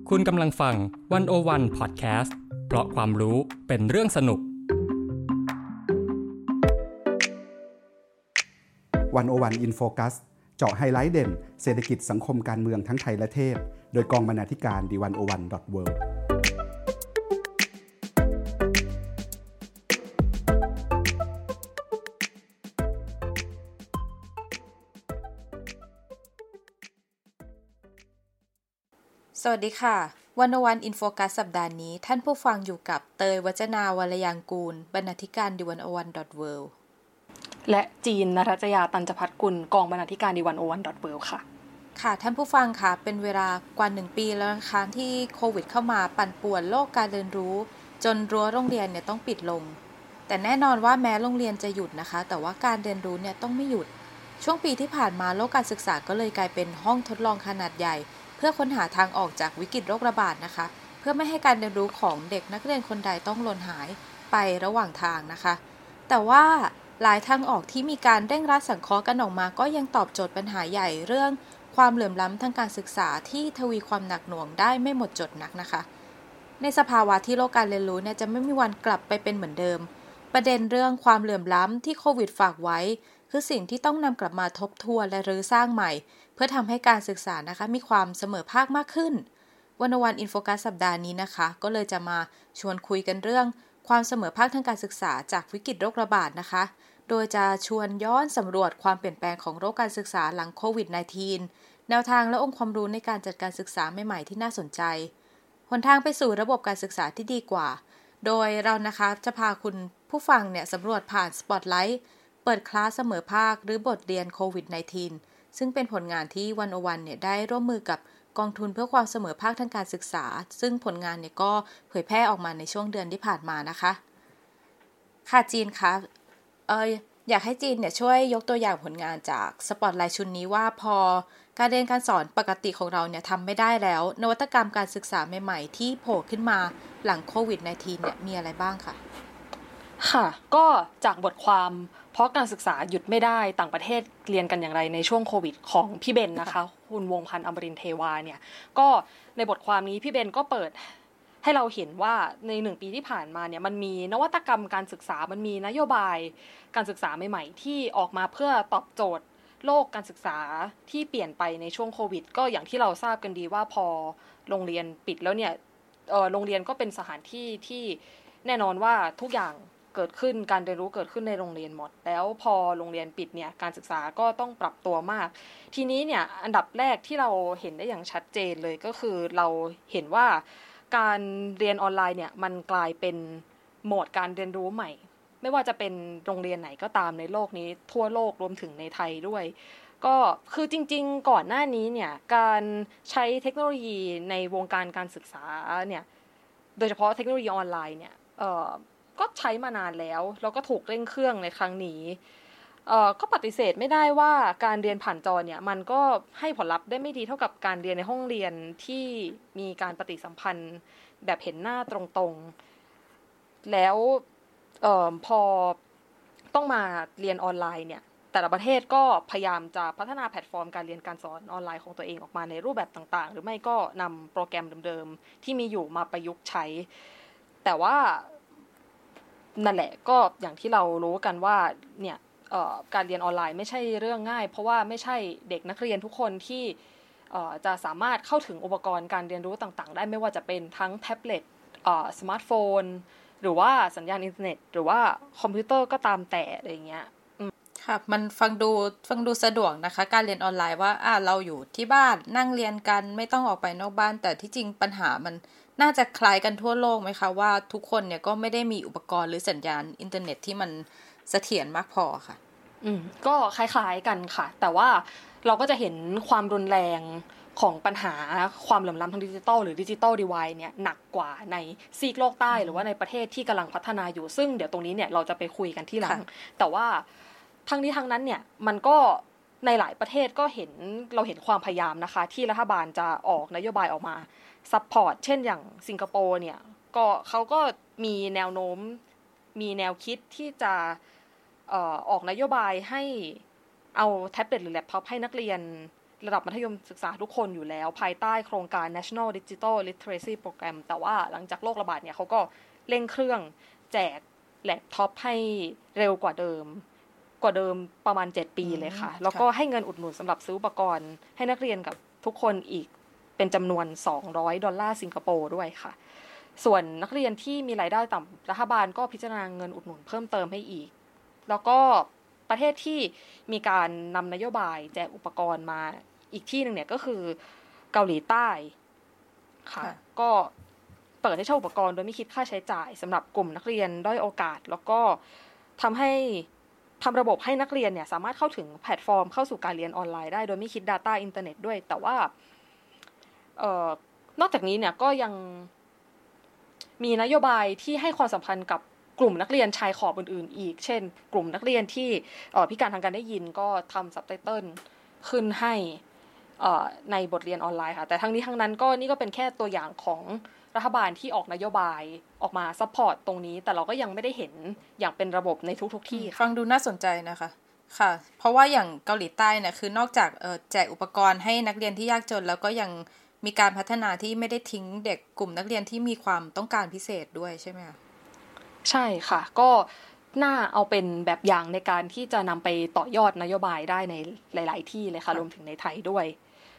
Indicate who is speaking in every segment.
Speaker 1: คุณกำลังฟัง101 Podcast เพราะความรู้เป็นเรื่องสนุก
Speaker 2: 101 In Focus เจาะไฮไลท์เด่นเศรษฐกิจสังคมการเมืองทั้งไทยและเทศโดยกองบรรณาธิการ The101.world
Speaker 3: สวัสดีค่ะ101 In Focus สัปดาห์นี้ท่านผู้ฟังอยู่กับเตย วัจนาวรยางกูลบรรณาธิการ The101.world
Speaker 4: และจีน ณรัตยา ตัญจพัฒน์กุลกองบรรณาธิการ The101.world ค่ะ
Speaker 3: ค่ะท่านผู้ฟังค่ะเป็นเวลากว่า1ปีแล้วนะคะที่โควิดเข้ามาปั่นป่วนโลกการเรียนรู้จนรั้วโรงเรียนเนี่ยต้องปิดลงแต่แน่นอนว่าแม้โรงเรียนจะหยุดนะคะแต่ว่าการเรียนรู้เนี่ยต้องไม่หยุดช่วงปีที่ผ่านมาโลกการศึกษาก็เลยกลายเป็นห้องทดลองขนาดใหญ่เพื่อค้นหาทางออกจากวิกฤตโรคระบาดนะคะเพื่อไม่ให้การเรียนรู้ของเด็กนักเรียนคนใดต้องหล่นหายไประหว่างทางนะคะแต่ว่าหลายทางออกที่มีการเร่งรัดสังเคราะห์กันออกมาก็ยังตอบโจทย์ปัญหาใหญ่เรื่องความเหลื่อมล้ำทางการศึกษาที่ทวีความหนักหน่วงได้ไม่หมดจดนักนะคะในสภาวะที่โลกการเรียนรู้เนี่ยจะไม่มีวันกลับไปเป็นเหมือนเดิมประเด็นเรื่องความเหลื่อมล้ำที่โควิดฝากไว้คือสิ่งที่ต้องนำกลับมาทบทวนและรื้อสร้างใหม่เพื่อทำให้การศึกษานะคะมีความเสมอภาคมากขึ้น101 In Focus สัปดาห์นี้นะคะก็เลยจะมาชวนคุยกันเรื่องความเสมอภาคทางการศึกษาจากวิกฤตโรคระบาดนะคะโดยจะชวนย้อนสำรวจความเปลี่ยนแปลงของโลกการศึกษาหลังโควิด -19 แนวทางและองค์ความรู้ในการจัดการศึกษาใหม่ๆที่น่าสนใจหนทางไปสู่ระบบการศึกษาที่ดีกว่าโดยเรานะคะจะพาคุณผู้ฟังเนี่ยสำรวจผ่านสปอตไลท์เปิดคลาสเสมอภาคหรือบทเรียนโควิด -19 ซึ่งเป็นผลงานที่101เนี่ยได้ร่วมมือกับกองทุนเพื่อความเสมอภาคทางการศึกษาซึ่งผลงานเนี่ยก็เผยแพร่ออกมาในช่วงเดือนที่ผ่านมานะคะค่ะจีนคะอยากให้จีนเนี่ยช่วยยกตัวอย่างผลงานจากสปอตไลท์ชุดนี้ว่าพอการเรียนการสอนปกติของเราเนี่ยทำไม่ได้แล้วนวัตกรรมการศึกษาใหม่ๆที่โผล่ขึ้นมาหลังโควิด -19 เนี่ยมีอะไรบ้างคะ
Speaker 4: ค่ะก็จากบทความเพราะการศึกษาหยุดไม่ได้ต่างประเทศเรียนกันอย่างไรในช่วงโควิดของพี่เบนนะคะคุณวงศ์พันธ์อมรินทร์เทวาเนี่ยก็ในบทความนี้พี่เบนก็เปิดให้เราเห็นว่าใน1ปีที่ผ่านมาเนี่ยมันมีนวัตกรรมการศึกษามันมีนโยบายการศึกษาใหม่ๆที่ออกมาเพื่อตอบโจทย์โลกการศึกษาที่เปลี่ยนไปในช่วงโควิดก็อย่างที่เราทราบกันดีว่าพอโรงเรียนปิดแล้วเนี่ยโรงเรียนก็เป็นสถานที่ที่แน่นอนว่าทุกอย่างเกิดขึ้นการเรียนรู้เกิดขึ้นในโรงเรียนหมดแล้วพอโรงเรียนปิดเนี่ยการศึกษาก็ต้องปรับตัวมากทีนี้เนี่ยอันดับแรกที่เราเห็นได้อย่างชัดเจนเลยก็คือเราเห็นว่าการเรียนออนไลน์เนี่ยมันกลายเป็นโหมดการเรียนรู้ใหม่ไม่ว่าจะเป็นโรงเรียนไหนก็ตามในโลกนี้ทั่วโลกรวมถึงในไทยด้วยก็คือจริงๆก่อนหน้านี้เนี่ยการใช้เทคโนโลยีในวงการการศึกษาเนี่ยโดยเฉพาะเทคโนโลยีออนไลน์เนี่ยก็ใช้มานานแล้วก็ถูกเร่งเครื่องในครั้งนี้ก็ปฏิเสธไม่ได้ว่าการเรียนผ่านจอเนี่ยมันก็ให้ผลลัพธ์ได้ไม่ดีเท่ากับการเรียนในห้องเรียนที่มีการปฏิสัมพันธ์แบบเห็นหน้าตรงๆแล้วพอต้องมาเรียนออนไลน์เนี่ยแต่ละประเทศก็พยายามจะพัฒนาแพลตฟอร์มการเรียนการสอนออนไลน์ของตัวเองออกมาในรูปแบบต่างๆหรือไม่ก็นำโปรแกรมเดิมๆที่มีอยู่มาประยุกต์ใช้แต่ว่านั่นแหละก็อย่างที่เรารู้กันว่าเนี่ยการเรียนออนไลน์ไม่ใช่เรื่องง่ายเพราะว่าไม่ใช่เด็กนักเรียนทุกคนที่จะสามารถเข้าถึงอุปกรณ์การเรียนรู้ต่างๆได้ไม่ว่าจะเป็นทั้งแท็บเล็ตสมาร์ทโฟนหรือว่าสัญญาณอินเทอร์เน็ตหรือว่าคอมพิวเตอร์ก็ตามแต่อะไรเงี้ย
Speaker 3: ค่ะมันฟังดูสะดวกนะคะการเรียนออนไลน์ว่าเราอยู่ที่บ้านนั่งเรียนกันไม่ต้องออกไปนอกบ้านแต่ที่จริงปัญหามันน่าจะคล้ายกันทั่วโลกไหมคะว่าทุกคนเนี่ยก็ไม่ได้มีอุปกรณ์หรือสัญญาณอินเทอร์เน็ตที่มันเสถียรมากพอค่ะ
Speaker 4: ก็คล้ายๆกันค่ะแต่ว่าเราก็จะเห็นความรุนแรงของปัญหาความเหลื่อมล้ำทางดิจิทัลหรือดิจิทัลดิไวด์เนี่ยหนักกว่าในซีกโลกใต้หรือว่าในประเทศที่กำลังพัฒนาอยู่ซึ่งเดี๋ยวตรงนี้เนี่ยเราจะไปคุยกันที่หลังแต่ว่าทั้งนี้ทั้งนั้นเนี่ยมันก็ในหลายประเทศก็เราเห็นความพยายามนะคะที่รัฐบาลจะออกนโยบายออกมาซัพพอร์ตเช่นอย่างสิงคโปร์เนี่ยก็เขาก็มีแนวโน้มมีแนวคิดที่จะออกนโยบายให้เอาแท็บเล็ตหรือแล็ปท็อปให้นักเรียนระดับมัธยมศึกษาทุกคนอยู่แล้วภายใต้โครงการ National Digital Literacy Program แต่ว่าหลังจากโรคระบาดเนี่ยเขาก็เร่งเครื่องแจกแล็ปท็อปให้เร็วกว่าเดิมประมาณ7ปีเลยค่ะแล้วก็ให้เงินอุดหนุนสำหรับซื้ออุปกรณ์ให้นักเรียนกับทุกคนอีกเป็นจำนวน$200สิงคโปร์ด้วยค่ะส่วนนักเรียนที่มีรายได้ต่ำรัฐบาลก็พิจารณาเงินอุดหนุนเพิ่มเติมให้อีกแล้วก็ประเทศที่มีการนำนโยบายแจกอุปกรณ์มาอีกที่นึงเนี่ยก็คือเกาหลีใต้ค่ะก็เปิดให้เช่าอุปกรณ์โดยไม่คิดค่าใช้จ่ายสำหรับกลุ่มนักเรียนด้อยโอกาสแล้วก็ทำระบบให้นักเรียนเนี่ยสามารถเข้าถึงแพลตฟอร์มเข้าสู่การเรียนออนไลน์ได้โดยไม่คิด data อินเทอร์เน็ตด้วยแต่ว่านอกจากนี้เนี่ยก็ยังมีนโยบายที่ให้ความสำคัญกับกลุ่มนักเรียนชายขอบอื่นๆอีกเช่นกลุ่มนักเรียนที่พิการทางการได้ยินก็ทำซับไตเติลขึ้นให้ในบทเรียนออนไลน์ค่ะแต่ทั้งนี้ทั้งนั้นก็นี่ก็เป็นแค่ตัวอย่างของรัฐบาลที่ออกนโยบายออกมาซัพพอร์ตตรงนี้แต่เราก็ยังไม่ได้เห็นอย่างเป็นระบบในทุกที่
Speaker 3: ฟังดูน่าสนใจนะคะค่ะเพราะว่าอย่างเกาหลีใต้เนี่ยคือนอกจากแจกอุปกรณ์ให้นักเรียนที่ยากจนแล้วก็ยังมีการพัฒนาที่ไม่ได้ทิ้งเด็กกลุ่มนักเรียนที่มีความต้องการพิเศษด้วยใช่ไหมคะ
Speaker 4: ใช่ค่ะก็น่าเอาเป็นแบบอย่างในการที่จะนำไปต่อยอดนโยบายได้ในหลายๆที่เลยค่ะรวมถึงในไทยด้วย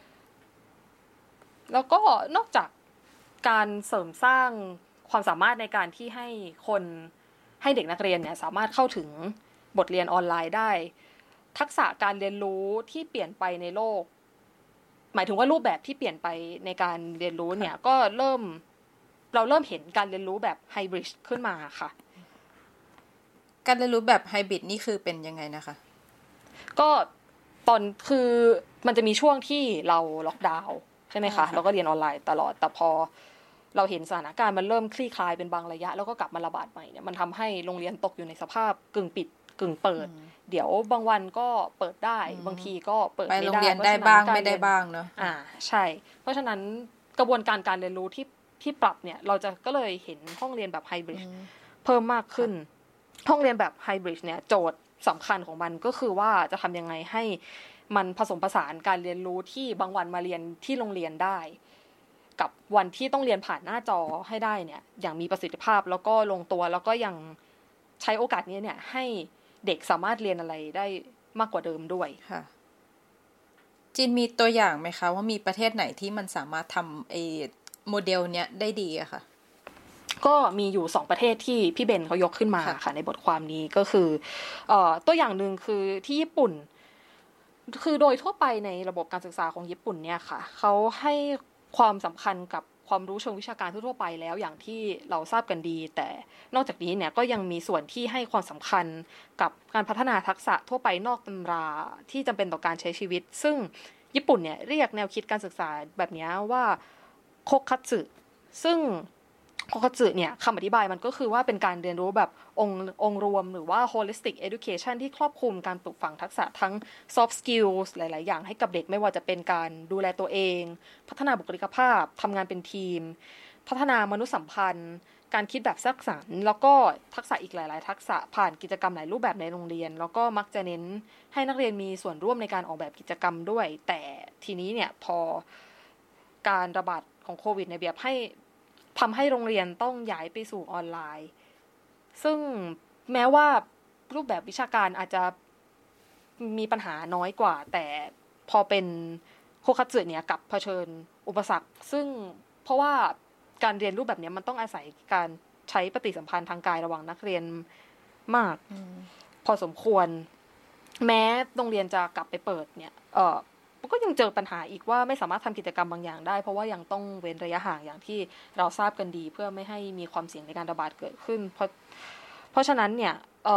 Speaker 4: แล้วก็นอกจากการเสริมสร้างความสามารถในการที่ให้เด็กนักเรียนเนี่ยสามารถเข้าถึงบทเรียนออนไลน์ได้ทักษะการเรียนรู้ที่เปลี่ยนไปในโลกหมายถึงว่ารูปแบบที่เปลี่ยนไปในการเรียนรู้เนี่ยก็เราเริ่มเห็นการเรียนรู้แบบไฮบริดขึ้นมาค่ะ
Speaker 3: การเรียนรู้แบบไฮบริดนี่คือเป็นยังไงนะคะ
Speaker 4: ก็คือมันจะมีช่วงที่เราล็อกดาวน์ใช่ไหมคะเราก็เรียนออนไลน์ตลอดแต่พอเราเห็นสถานการณ์มันเริ่มคลี่คลายเป็นบางระยะแล้วก็กลับมาระบาดใหม่เนี่ยมันทำให้โรงเรียนตกอยู่ในสภาพกึ่งปิดกึ่งเปิดเดี๋ยวบางวันก็เปิดได้บางทีก็เปิดไม่ได้
Speaker 3: ไปโรงเรียนได้บ้างไม่ได้บ้างเนาะ
Speaker 4: ใช่เพราะฉะนั้นกระบวนการเรียนรู้ที่ปรับเนี่ยเราจะก็เลยเห็นห้องเรียนแบบไฮบริดเพิ่มมากขึ้นห้องเรียนแบบไฮบริดเนี่ยโจทย์สำคัญของมันก็คือว่าจะทำยังไงให้มันผสมผสานการเรียนรู้ที่บางวันมาเรียนที่โรงเรียนได้กับวันที่ต้องเรียนผ่านหน้าจอให้ได้เนี่ยอย่างมีประสิทธิภาพแล้วก็ลงตัวแล้วก็ยังใช้โอกาสนี้เนี่ยให้เด็กสามารถเรียนอะไรได้มากกว่าเดิมด้วย
Speaker 3: ค่ะจีนมีตัวอย่างไหมคะว่ามีประเทศไหนที่มันสามารถทำโมเดลเนี้ยได้ดีอะค่ะ
Speaker 4: ก็มีอยู่2ประเทศที่พี่เบนเขายกขึ้นมาค่ะในบทความนี้ก็คือตัวอย่างนึงคือที่ญี่ปุ่นคือโดยทั่วไปในระบบการศึกษาของญี่ปุ่นเนี่ยค่ะเขาให้ความสำคัญกับความรู้เชิงวิชาการทั่วไปแล้วอย่างที่เราทราบกันดีแต่นอกจากนี้เนี่ยก็ยังมีส่วนที่ให้ความสำคัญกับการพัฒนาทักษะทั่วไปนอกตำราที่จำเป็นต่อการใช้ชีวิตซึ่งญี่ปุ่นเนี่ยเรียกแนวคิดการศึกษาแบบนี้ว่าโคคัตสึซึ่งโคคัตสึเนี่ยคำอธิบายมันก็คือว่าเป็นการเรียนรู้แบบองค์รวมหรือว่า holistic education ที่ครอบคลุมการปลูกฝังทักษะทั้ง soft skills หลายๆอย่างให้กับเด็กไม่ว่าจะเป็นการดูแลตัวเองพัฒนาบุคลิกภาพทำงานเป็นทีมพัฒนามนุษยสัมพันธ์การคิดแบบสร้างสรรค์แล้วก็ทักษะอีกหลายๆทักษะผ่านกิจกรรมหลายรูปแบบในโรงเรียนแล้วก็มักจะเน้นให้นักเรียนมีส่วนร่วมในการออกแบบกิจกรรมด้วยแต่ทีนี้เนี่ยพอการระบาดของโควิดในแบบทำให้โรงเรียนต้องย้ายไปสู่ออนไลน์ซึ่งแม้ว่ารูปแบบวิชาการอาจจะมีปัญหาน้อยกว่าแต่พอเป็นโคคัตสึเนี่ยกับเผชิญอุปสรรคซึ่งเพราะว่าการเรียนรูปแบบนี้มันต้องอาศัยการใช้ปฏิสัมพันธ์ทางกายระหว่างนักเรียนมากพอสมควรแม้โรงเรียนจะกลับไปเปิดเนี่ยก็ยังเจอปัญหาอีกว่าไม่สามารถทำกิจกรรมบางอย่างได้เพราะว่ายังต้องเว้นระยะห่างอย่างที่เราทราบกันดีเพื่อไม่ให้มีความเสี่ยงในการระบาดเกิดขึ้นเพราะฉะนั้นเนี่ย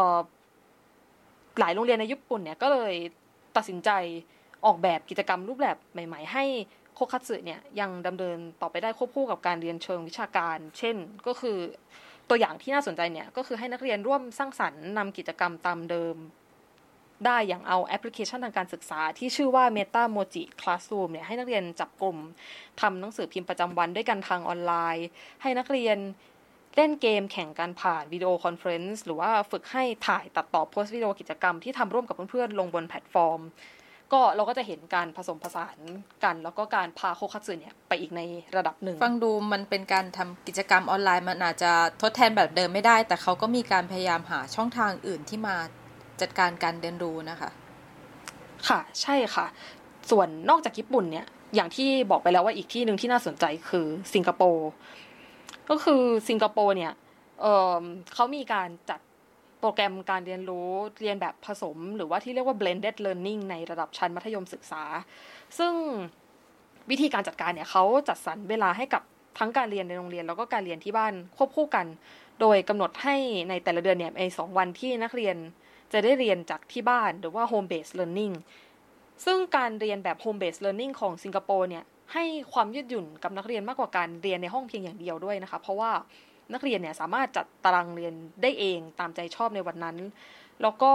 Speaker 4: หลายโรงเรียนในญี่ปุ่นเนี่ยก็เลยตัดสินใจออกแบบกิจกรรมรูปแบบใหม่ๆให้โคคัตสึเนี่ยยังดำเนินต่อไปได้ควบคู่กับการเรียนเชิงวิชาการเช่นก็คือตัวอย่างที่น่าสนใจเนี่ยก็คือให้นักเรียนร่วมสร้างสรรค์นำกิจกรรมตามเดิมได้อย่างเอาแอปพลิเคชันทางการศึกษาที่ชื่อว่า Metamoji Classroom เนี่ยให้นักเรียนจับกลุ่มทำหนังสือพิมพ์ประจำวันด้วยกันทางออนไลน์ให้นักเรียนเล่นเกมแข่งกันผ่านวิดีโอคอนเฟอเรนซ์หรือว่าฝึกให้ถ่ายตัดต่อโพสต์วิดีโอกิจกรรมที่ทำร่วมกับเพื่อนๆลงบนแพลตฟอร์มก็เราก็จะเห็นการผสมผสานกันแล้วก็การพาโคคัตสึเนี่ยไปอีกในระดับหนึ่ง
Speaker 3: ฟังดูมันเป็นการทำกิจกรรมออนไลน์มันอาจจะทดแทนแบบเดิมไม่ได้แต่เขาก็มีการพยายามหาช่องทางอื่นที่มาจัดการการเรียนรู้นะคะ
Speaker 4: ค่ะใช่ค่ะส่วนนอกจากญี่ปุ่นเนี่ยอย่างที่บอกไปแล้วว่าอีกที่นึงที่น่าสนใจคือสิงคโปร์ก็คือสิงคโปร์เนี่ยเขามีการจัดโปรแกรมการเรียนรู้เรียนแบบผสมหรือว่าที่เรียกว่า blended learning ในระดับชั้นมัธยมศึกษาซึ่งวิธีการจัดการเนี่ยเขาจัดสรรเวลาให้กับทั้งการเรียนในโรงเรียนแล้วก็การเรียนที่บ้านควบคู่กันโดยกำหนดให้ในแต่ละเดือนเนี่ยใน2วันที่นักเรียนจะได้เรียนจากที่บ้านหรือว่า home based learning ซึ่งการเรียนแบบ home based learning ของสิงคโปร์เนี่ยให้ความยืดหยุ่นกับนักเรียนมากกว่าการเรียนในห้องเพียงอย่างเดียวด้วยนะคะเพราะว่านักเรียนเนี่ยสามารถจัดตารางเรียนได้เองตามใจชอบในวันนั้นแล้วก็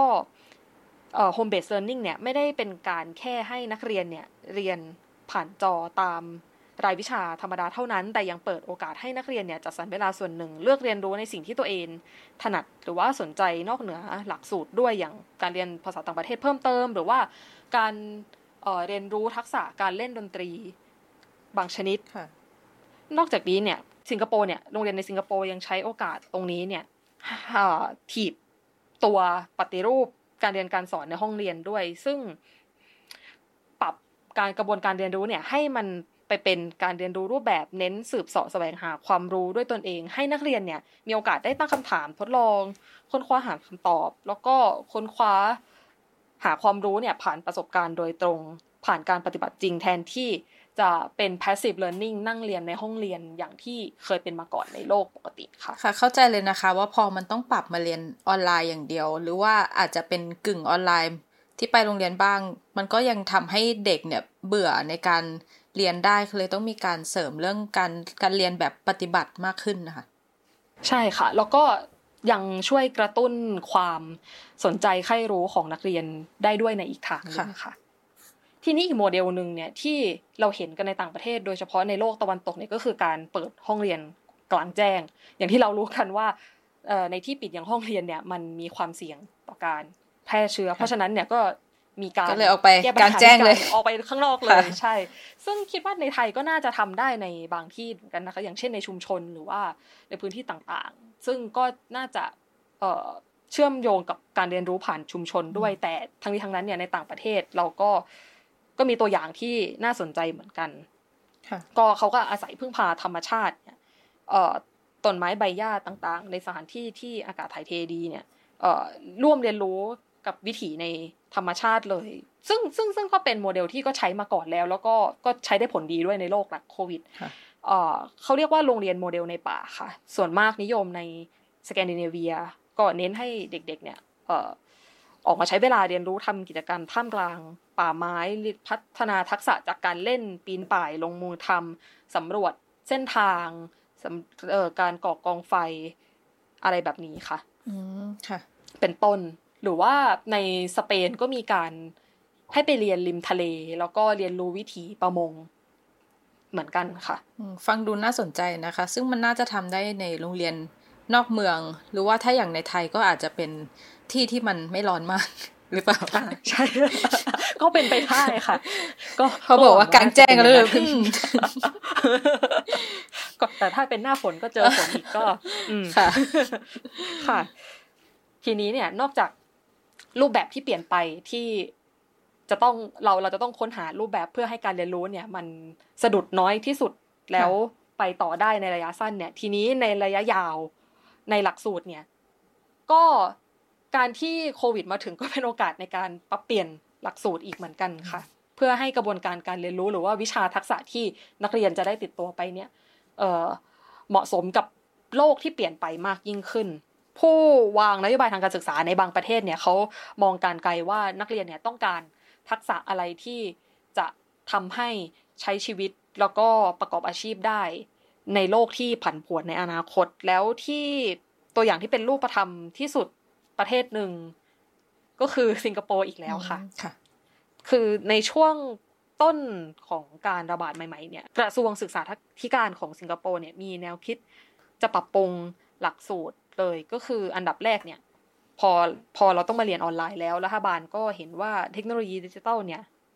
Speaker 4: home based learning เนี่ยไม่ได้เป็นการแค่ให้นักเรียนเนี่ยเรียนผ่านจอตามรายวิชาธรรมดาเท่านั้นแต่ยังเปิดโอกาสให้นักเรียนเนี่ยจัดสรรเวลาส่วนหนึ่งเลือกเรียนรู้ในสิ่งที่ตัวเองถนัดหรือว่าสนใจนอกเหนือหลักสูตรด้วยอย่างการเรียนภาษาต่างประเทศเพิ่มเติมหรือว่าการเรียนรู้ทักษะการเล่นดนตรีบางชนิดนอกจากนี้เนี่ยสิงคโปร์เนี่ยโรงเรียนในสิงคโปร์ยังใช้โอกาสตรงนี้เนี่ยถีบตัวปฏิรูปการเรียนการสอนในห้องเรียนด้วยซึ่งปรับการกระบวนการเรียนรู้เนี่ยให้มันไปเป็นการเรียนรู้รูปแบบเน้นสืบเสาะแสวงหาความรู้ด้วยตนเองให้นักเรียนเนี่ยมีโอกาสได้ตั้งคำถามทดลองค้นคว้าหาคำตอบแล้วก็ค้นคว้าหาความรู้เนี่ยผ่านประสบการณ์โดยตรงผ่านการปฏิบัติจริงแทนที่จะเป็น passive learning นั่งเรียนในห้องเรียนอย่างที่เคยเป็นมาก่อนในโลกปกติค่ะ
Speaker 3: ค่ะเข้าใจเลยนะคะว่าพอมันต้องปรับมาเรียนออนไลน์อย่างเดียวหรือว่าอาจจะเป็นกึ่งออนไลน์ที่ไปโรงเรียนบ้างมันก็ยังทำให้เด็กเนี่ยเบื่อในการเรียนได้เลยต้องมีการเสริมเรื่องการเรียนแบบปฏิบัติมากขึ้นนะคะ
Speaker 4: ใช่ค่ะแล้วก็ยังช่วยกระตุ้นความสนใจใคร่รู้ของนักเรียนได้ด้วยในอีกทางนึงค่ะที่นี่อีกโมเดลนึงเนี่ยที่เราเห็นกันในต่างประเทศโดยเฉพาะในโลกตะวันตกเนี่ยก็คือการเปิดห้องเรียนกลางแจ้งอย่างที่เรารู้กันว่าในที่ปิดอย่างห้องเรียนเนี่ยมันมีความเสี่ยงต่อการแพร่เชื้อเพราะฉะนั้นเนี่ยก็มีการ
Speaker 3: เลยออกไปกลางแจ้งเลย
Speaker 4: ออกไปข้างนอกเลยใช่ซึ่งคิดว่าในไทยก็น่าจะทำได้ในบางที่เหมือนกันนะคะอย่างเช่นในชุมชนหรือว่าในพื้นที่ต่างๆซึ่งก็น่าจะเชื่อมโยงกับการเรียนรู้ผ่านชุมชนด้วยแต่ทั้งนี้ทั้งนั้นเนี่ยในต่างประเทศเราก็มีตัวอย่างที่น่าสนใจเหมือนกันก็เขาก็อาศัยพึ่งพาธรรมชาติเนี่ยต้นไม้ใบหญ้าต่างๆในสถานที่ที่อากาศถ่ายเทดีเนี่ยร่วมเรียนรู้กับวิถีในธรรมชาติเลยซึ่งก็เป็นโมเดลที่ก็ใช้มาก่อนแล้วก็ใช้ได้ผลดีด้วยในโลกหลังโควิดเขาเรียกว่าโรงเรียนโมเดลในป่าค่ะส่วนมากนิยมในสแกนดิเนเวียก็เน้นให้เด็กๆเนี่ยออกมาใช้เวลาเรียนรู้ทำกิจกรรมท่ามกลางป่าไม้พัฒนาทักษะจากการเล่นปีนป่ายลงมือทำสำรวจเส้นทางการก่อกองไฟอะไรแบบนี้ค่ะ
Speaker 3: ค่ะ
Speaker 4: เป็นต้นหรือว่าในสเปนก็มีการให้ไปเรียนริมทะเลแล้วก็เรียนรู้วิถีประมงเหมือนกันค่ะ
Speaker 3: ฟังดูน่าสนใจนะคะซึ่งมันน่าจะทำได้ในโรงเรียนนอกเมืองหรือว่าถ้าอย่างในไทยก็อาจจะเป็นที่ที่มันไม่ร้อนมากหรือเปล่า
Speaker 4: ใช่ก็เป็นไปได้ค่ะก็
Speaker 3: เขาบอกว่ากลางแจ้งเลย
Speaker 4: ก็แต่ถ้าเป็นหน้าฝนก็เจอฝนอีกก็
Speaker 3: ค่ะ
Speaker 4: ค่ะทีนี้เนี่ยนอกจากรูปแบบที่เปลี่ยนไปที่จะต้องเราจะต้องค้นหารูปแบบเพื่อให้การเรียนรู้เนี่ยมันสะดุดน้อยที่สุดแล้วไปต่อได้ในระยะสั้นเนี่ยทีนี้ในระยะยาวในหลักสูตรเนี่ยก็การที่โควิดมาถึงก็เป็นโอกาสในการปรับเปลี่ยนหลักสูตรอีกเหมือนกันค่ะเพื่อให้กระบวนการการเรียนรู้หรือว่าวิชาทักษะที่นักเรียนจะได้ติดตัวไปเนี่ยเหมาะสมกับโลกที่เปลี่ยนไปมากยิ่งขึ้นผู้วางนโยบายทางการศึกษาในบางประเทศเนี่ยเขามองการไกลว่านักเรียนเนี่ยต้องการทักษะอะไรที่จะทำให้ใช้ชีวิตแล้วก็ประกอบอาชีพได้ในโลกที่ผันผวนในอนาคตแล้วที่ตัวอย่างที่เป็นรูปธรรมที่สุดประเทศหนึ่งก็คือสิงคโปร์อีกแล้วค่ะคือในช่วงต้นของการระบาดใหม่ๆเนี่ยกระทรวงศึกษาธิการของสิงคโปร์เนี่ยมีแนวคิดจะปรับปรุงหลักสูตรเลยก็คืออันดับแรกเนี่ยพอเราต้องมาเรียนออนไลน์แล้วรัฐบาลก็เห็นว่าเทคโนโลยีดิจิทัลเนี่ย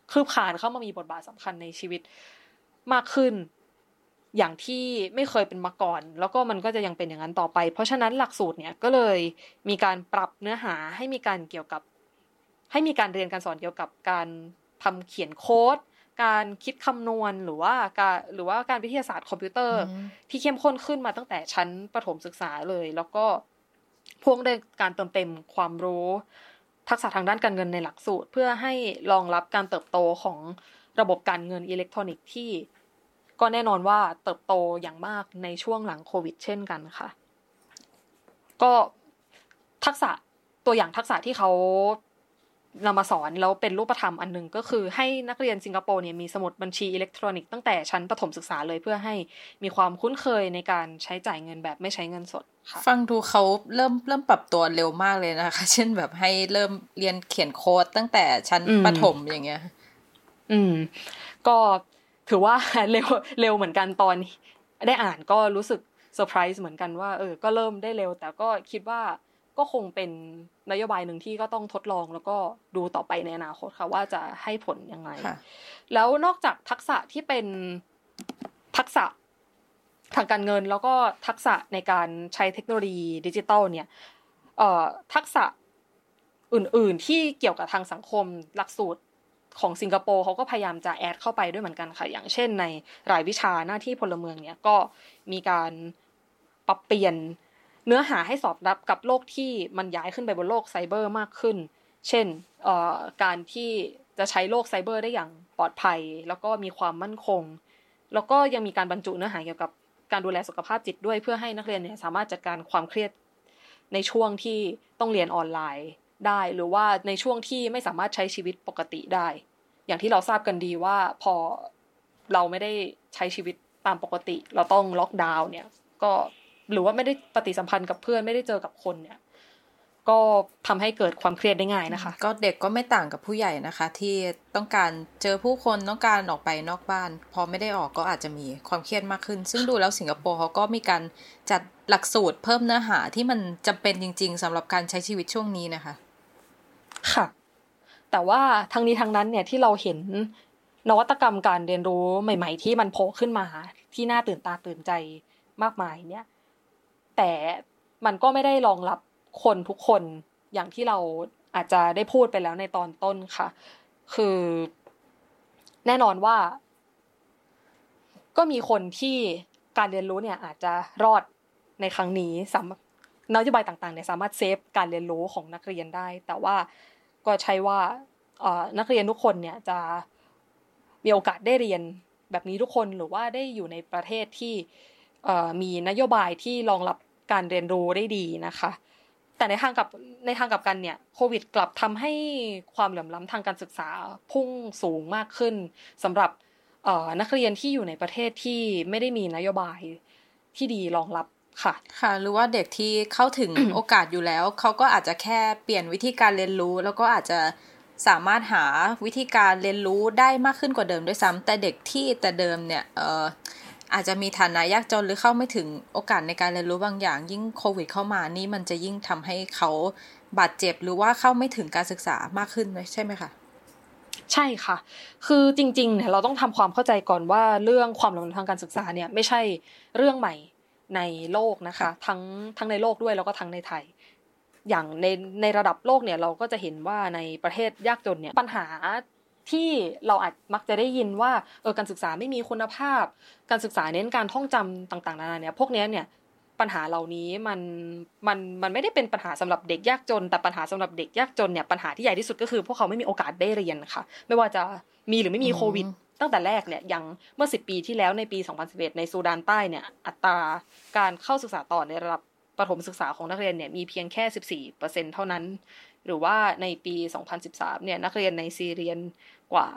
Speaker 4: คืบคลานเข้ามามีบทบาทสำคัญในชีวิตมากขึ้นอย่างที่ไม่เคยเป็นมาก่อนแล้วก็มันก็จะยังเป็นอย่างนั้นต่อไปเพราะฉะนั้นหลักสูตรเนี่ยก็เลยมีการปรับเนื้อหาให้มีการเรียนการสอนเกี่ยวกับการทำเขียนโค้ดการคิดคำนวณหรือว่าการวิทยาศาสตร์คอมพิวเตอร์ที่เข้มข้นขึ้นมาตั้งแต่ชั้นประถมศึกษาเลยแล้วก็พ่วงด้วยการเติมเต็มความรู้ทักษะทางด้านการเงินในหลักสูตรเพื่อให้รองรับการเติบโตของระบบการเงินอิเล็กทรอนิกส์ที่ก็แน่นอนว่าเติบโตอย่างมากในช่วงหลังโควิดเช่นกันค่ะก็ทักษะตัวอย่างทักษะที่เขานำมาสอนแล้วเป็นรูปธรรมอันนึงก็คือให้นักเรียนสิงคโปร์เนี่ยมีสมุดบัญชีอิเล็กทรอนิกส์ตั้งแต่ชั้นประถมศึกษาเลยเพื่อให้มีความคุ้นเคยในการใช้จ่ายเงินแบบไม่ใช้เงินสดค่ะ
Speaker 3: ฟังดูเขาเริ่มปรับตัวเร็วมากเลยนะคะเช่นแบบให้เริ่มเรียนเขียนโค้ดตั้งแต่ชั้นประถมอย่างเงี้ย
Speaker 4: ก็ถือว่าเร็วเหมือนกันตอนได้อ่านก็รู้สึกเซอร์ไพรส์เหมือนกันว่าก็เริ่มได้เร็วแต่ก็คิดว่าก็คงเป็นนโยบายหนึ่งที่ก็ต้องทดลองแล้วก็ดูต่อไปในอนาคตค่ะว่าจะให้ผลยังไงแล้วนอกจากทักษะที่เป็นทักษะทางการเงินแล้วก็ทักษะในการใช้เทคโนโลยีดิจิทัลเนี่ยทักษะอื่นๆที่เกี่ยวกับทางสังคมหลักสูตรของสิงคโปร์เขาก็พยายามจะแอดเข้าไปด้วยเหมือนกันค่ะอย่างเช่นในรายวิชาหน้าที่พลเมืองเนี่ยก็มีการปรับเปลี่ยนเนื้อหาให้สอดรับกับโลกที่มันย้ายขึ้นไปบนโลกไซเบอร์มากขึ้นเช่นการที่จะใช้โลกไซเบอร์ได้อย่างปลอดภัยแล้วก็มีความมั่นคงแล้วก็ยังมีการบรรจุเนื้อหาเกี่ยวกับการดูแลสุขภาพจิตด้วยเพื่อให้นักเรียนเนี่ยสามารถจัดการความเครียดในช่วงที่ต้องเรียนออนไลน์ได้หรือว่าในช่วงที่ไม่สามารถใช้ชีวิตปกติได้อย่างที่เราทราบกันดีว่าพอเราไม่ได้ใช้ชีวิตตามปกติเราต้องล็อกดาวน์เนี่ยก็หรือว่าไม่ได้ปฏิสัมพันธ์กับเพื่อนไม่ได้เจอกับคนเนี่ยก็ทำให้เกิดความเครียดได้ง่ายนะคะ
Speaker 3: ก็เด็กก็ไม่ต่างกับผู้ใหญ่นะคะที่ต้องการเจอผู้คนต้องการออกไปนอกบ้านพอไม่ได้ออกก็อาจจะมีความเครียดมากขึ้นซึ่งดูแล้วสิงคโปร์เขาก็มีการจัดหลักสูตรเพิ่มเนื้อหาที่มันจำเป็นจริงๆสำหรับการใช้ชีวิตช่วงนี้นะคะ
Speaker 4: ค่ะแต่ว่าทั้งนี้ทั้งนั้นเนี่ยที่เราเห็นนวัตกรรมการเรียนรู้ใหม่ๆที่มันโผล่ขึ้นมาที่น่าตื่นตาตื่นใจมากมายเนี่ยแต่มันก็ไม่ได้รองรับคนทุกคนอย่างที่เราอาจจะได้พูดไปแล้วในตอนต้นค่ะคือแน่นอนว่าก็มีคนที่การเรียนรู้เนี่ยอาจจะรอดในครั้งนี้นโยบายต่างๆเนี่ยสามารถเซฟการเรียนรู้ของนักเรียนได้แต่ว่าก็ใช่ว่านักเรียนทุกคนเนี่ยจะมีโอกาสได้เรียนแบบนี้ทุกคนหรือว่าได้อยู่ในประเทศที่มีนโยบายที่รองรับการเรียนรู้ได้ดีนะคะแต่ในทางกลับกันเนี่ยโควิดกลับทำให้ความเหลื่อมล้ำทางการศึกษาพุ่งสูงมากขึ้นสำหรับนักเรียนที่อยู่ในประเทศที่ไม่ได้มีนโยบายที่ดีรองรับ
Speaker 3: ค่ะหรือว่าเด็กที่เข้าถึง โอกาสอยู่แล้วเขาก็อาจจะแค่เปลี่ยนวิธีการเรียนรู้แล้วก็อาจจะสามารถหาวิธีการเรียนรู้ได้มากขึ้นกว่าเดิมด้วยซ้ำแต่เด็กที่แต่เดิมเนี่ยอาจจะมีฐานะยากจนหรือเข้าไม่ถึงโอกาสในการเรียนรู้บางอย่างยิ่งโควิดเข้ามานี่มันจะยิ่งทำให้เขาบาดเจ็บหรือว่าเข้าไม่ถึงการศึกษามากขึ้นใช่ไหมคะ
Speaker 4: ใช่ค่ะคือจริงๆเนี่ยเราต้องทำความเข้าใจก่อนว่าเรื่องความเหลื่อมล้ำทางการศึกษาเนี่ยไม่ใช่เรื่องใหม่ในโลกนะคะทั้งในโลกด้วยแล้วก็ทั้งในไทยอย่างในระดับโลกเนี่ยเราก็จะเห็นว่าในประเทศยากจนเนี่ยปัญหาที่เราอาจมักจะได้ยินว่าการศึกษาไม่มีคุณภาพการศึกษาเน้นการท่องจำต่างๆนานาเนี่ยพวกนี้เนี่ยปัญหาเหล่านี้มันไม่ได้เป็นปัญหาสำหรับเด็กยากจนแต่ปัญหาสำหรับเด็กยากจนเนี่ยปัญหาที่ใหญ่ที่สุดก็คือพวกเขาไม่มีโอกาสได้เรียนค่ะไม่ว่าจะมีหรือไม่มีโควิดตั้งแต่แรกเนี่ยอย่างเมื่อ10 ปีที่แล้วในปี2011ในซูดานใต้เนี่ยอัตราการเข้าศึกษาต่อในระดับประถมศึกษาของนักเรียนเนี่ยมีเพียงแค่ 14% เท่านั้นหรือว่าในปี2013เนี่ยนักเรียนในซีเรียกว่า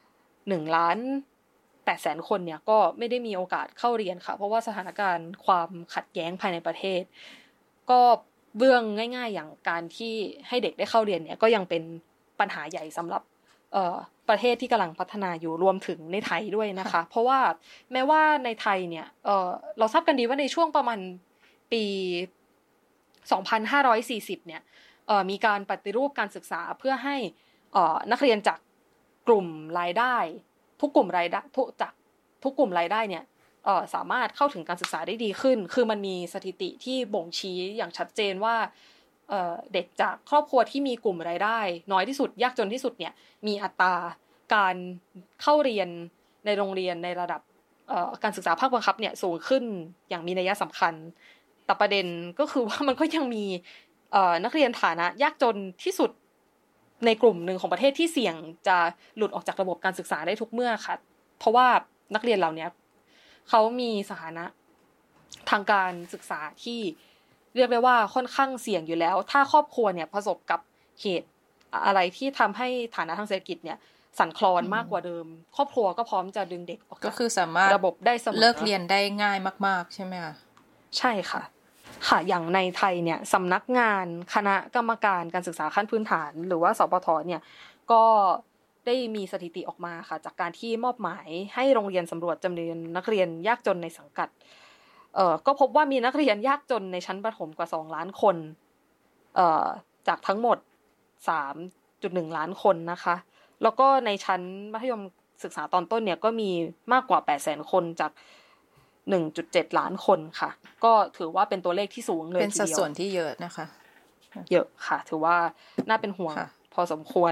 Speaker 4: 1,800,000 คนเนี่ยก็ไม่ได้มีโอกาสเข้าเรียนค่ะเพราะว่าสถานการณ์ความขัดแย้งภายในประเทศก็เบื้องง่ายๆอย่างการที่ให้เด็กได้เข้าเรียนเนี่ยก็ยังเป็นปัญหาใหญ่สำหรับประเทศที่กำลังพัฒนาอยู่รวมถึงในไทยด้วยนะคะเพราะว่าแม้ว่าในไทยเนี่ยเราทราบกันดีว่าในช่วงประมาณปี2540เนี่ยมีการปฏิรูปการศึกษาเพื่อให้นักเรียนจากกลุ่มรายได้ทุกกลุ่มรายได้จากทุกกลุ่มรายได้เนี่ยสามารถเข้าถึงการศึกษาได้ดีขึ้นคือมันมีสถิติที่บ่งชี้อย่างชัดเจนว่าเด็กจากครอบครัวที่มีกลุ่มรายได้น้อยที่สุดยากจนที่สุดเนี่ยมีอัตราการเข้าเรียนในโรงเรียนในระดับการศึกษาภาคบังคับเนี่ยสูงขึ้นอย่างมีนัยสำคัญแต่ประเด็นก็คือว่ามันก็ยังมีนักเรียนฐานะยากจนที่สุดในกลุ่มหนึ่งของประเทศที่เสี่ยงจะหลุดออกจากระบบการศึกษาได้ทุกเมื่อค่ะเพราะว่านักเรียนเหล่านี้เขามีสถานะทางการศึกษาที่เรียกได้ว่าค่อนข้างเสี่ยงอยู่แล้วถ้าครอบครัวเนี่ยประสบกับเหตุอะไรที่ทำให้ฐานะทางเศรษฐกิจเนี่ยสั่นคลอนมากกว่าเดิมครอบครัวก็พร้อมจะดึงเด็กออกก็คือสามารถระบบได้เสมอเลิกเรียนได้ง่ายมากๆใช่ไหมคะใช่ค่ะค่ะอย่างในไทยเนี่ยสำนักงานคณะกรรมการการศึกษาขั้นพื้นฐานหรือว่าสปท.เนี่ยก็ได้มีสถิติออกมาค่ะจากการที่มอบหมายให้โรงเรียนสำรวจจำนวนนักเรียนยากจนในสังกัดก็พบว่ามีนักเรียนยากจนในชั้นประถมกว่า2ล้านคนจากทั้งหมด 3.1 ล้านคนนะคะแล้วก็ในชั้นมัธยมศึกษาตอนต้นเนี่ยก็มีมากกว่า 800,000 คนจาก 1.7 ล้านคนค่ะก็ถือว่าเป็นตัวเลขที่สูงเลยทีเดียวเป็นสัดส่วนที่เยอะนะคะเยอะค่ะถือว่าน่าเป็นห่วงพอสมควร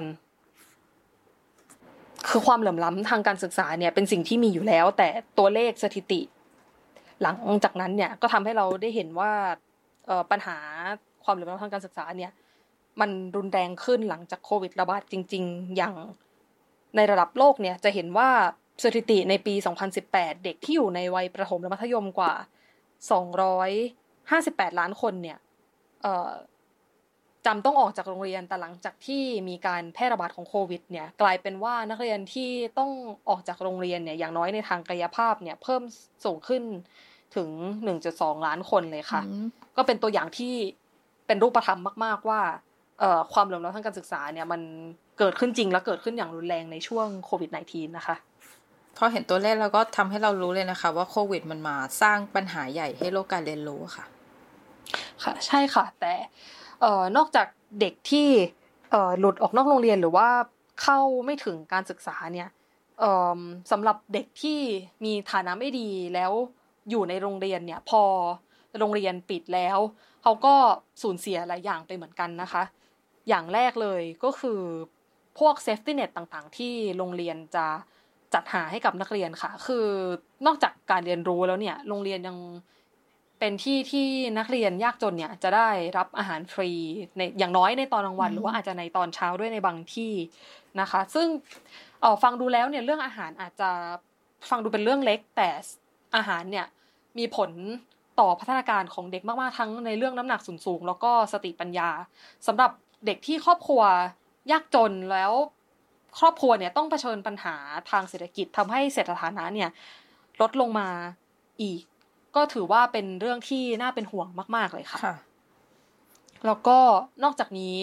Speaker 4: คือความเหลื่อมล้ำทางการศึกษาเนี่ยเป็นสิ่งที่มีอยู่แล้วแต่ตัวเลขสถิติหลังจากนั้นเนี่ยก็ทำให้เราได้เห็นว่าปัญหาความเหลื่อมล้ำทางการศึกษาเนี่ยมันรุนแรงขึ้นหลังจากโควิดระบาดจริงๆอย่างในระดับโลกเนี่ยจะเห็นว่าสถิติในปี2018เด็กที่อยู่ในวัยประถมและมัธยมกว่า258ล้านคนเนี่ยจำต้องออกจากโรงเรียนแต่หลังจากที่มีการแพร่ระบาดของโควิดเนี่ยกลายเป็นว่านักเรียนที่ต้องออกจากโรงเรียนเนี่ยอย่างน้อยในทางกายภาพเนี่ยเพิ่มสูงขึ้นถึง 1.2 ล้านคนเลยค่ะก็เป็นตัวอย่างที่เป็นรูปธรรมมากๆว่าความเหลื่อมล้ำทางการศึกษาเนี่ยมันเกิดขึ้นจริงและเกิดขึ้นอย่างรุนแรงในช่วงโควิด -19 นะคะพอเห็นตัวเลขแล้วก็ทำให้เรารู้เลยนะคะว่าโควิดมันมาสร้างปัญหาใหญ่ให้โลกการเรียนรู้ค่ะค่ะใช่ค่ะแต่นอกจากเด็กที่หลุดออกนอกโรงเรียนหรือว่าเข้าไม่ถึงการศึกษาเนี่ยสำหรับเด็กที่มีฐานะไม่ดีแล้วอยู่ในโรงเรียนเนี่ยพอโรงเรียนปิดแล้วเขาก็สูญเสียหลายอย่างไปเหมือนกันนะคะอย่างแรกเลยก็คือพวก safety net ต่างๆที่โรงเรียนจะจัดหาให้กับนักเรียนค่ะคือนอกจากการเรียนรู้แล้วเนี่ยโรงเรียนยังเป็นที่นักเรียนยากจนเนี่ยจะได้รับอาหารฟรีในอย่างน้อยในตอนกลางวันหรือว่าอาจจะในตอนเช้าด้วยในบางที่นะคะซึ่งฟังดูแล้วเนี่ยเรื่องอาหารอาจจะฟังดูเป็นเรื่องเล็กแต่อาหารเนี่ยมีผลต่อพัฒนาการของเด็กมากๆทั้งในเรื่องน้ำหนักสูงแล้วก็สติปัญญาสำหรับเด็กที่ครอบครัวยากจนแล้วครอบครัวเนี่ยต้องเผชิญปัญหาทางเศรษฐกิจทำให้เศรษฐฐานะเนี่ยลดลงมาอีกก็ถือว่าเป็นเรื่องที่น่าเป็นห่วงมากๆเลยค่ะแล้วก็นอกจากนี้